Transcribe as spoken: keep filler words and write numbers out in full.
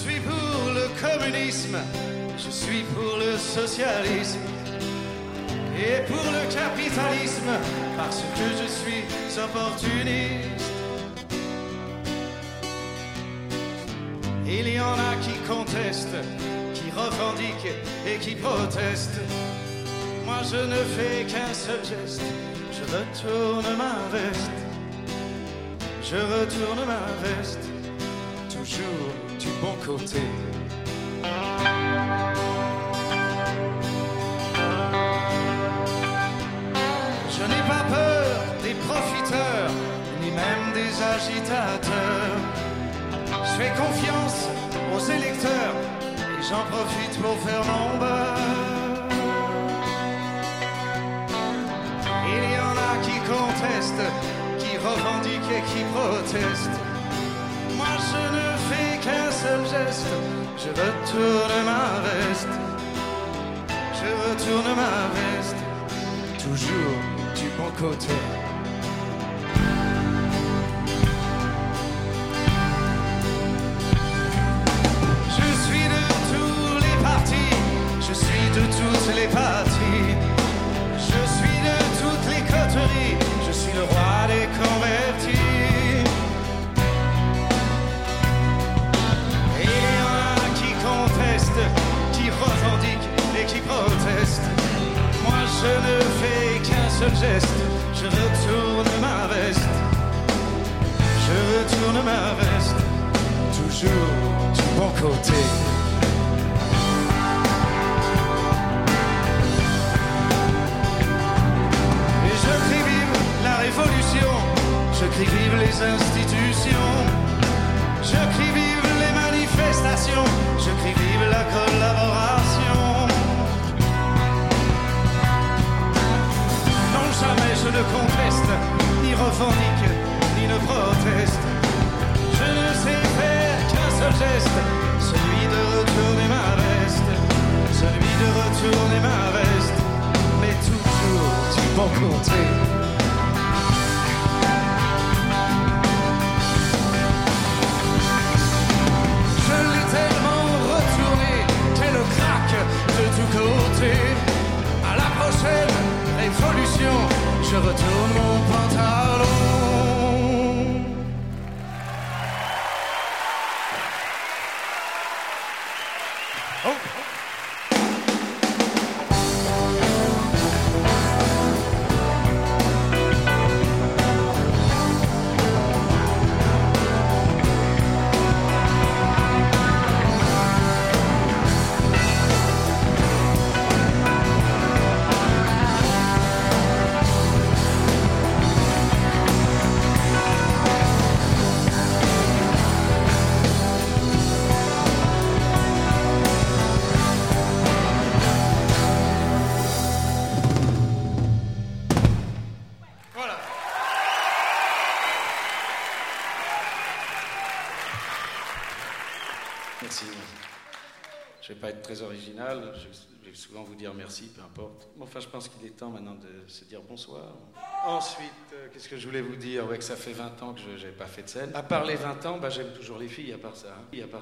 suis pour le communisme, je suis pour le socialisme et pour le capitalisme, parce que je suis opportuniste. Il y en a qui contestent, qui revendiquent et qui protestent. Moi je ne fais qu'un seul geste, je retourne ma veste. Je retourne ma veste, toujours du bon côté. Je n'ai pas peur des profiteurs, ni même des agitateurs. Je fais confiance aux électeurs et j'en profite pour faire mon beurre. Il y en a qui contestent, qui revendiquent et qui protestent. Moi je ne fais qu'un seul geste, je retourne ma veste. Je retourne ma veste, toujours du bon côté. Je suis de tous les partis, je suis de toutes les parties. Je suis de toutes les coteries, je suis le roi des convertis. Et il y en a qui contestent, qui revendiquent et qui protestent. Moi je ne fais qu'un seul geste, je retourne ma veste. Je retourne ma veste, toujours du bon côté. Révolution, je crie vive les institutions, je crie vive les manifestations, je crie vive la collaboration. Non, jamais je ne conteste, ni revendique, ni ne proteste. Je ne sais faire qu'un seul geste, celui de retourner ma veste, celui de retourner ma veste, mais toujours du bon côté. De tous côtés, à la prochaine révolution, je retourne mon pantalon. Oh. Merci. Je ne vais pas être très original, je vais souvent vous dire merci, peu importe. Enfin, je pense qu'il est temps maintenant de se dire bonsoir. Ensuite, euh, qu'est-ce que je voulais vous dire? Ouais, que ça fait vingt ans que je n'avais pas fait de scène. À part les vingt ans, bah, j'aime toujours les filles, à part ça. Hein. À part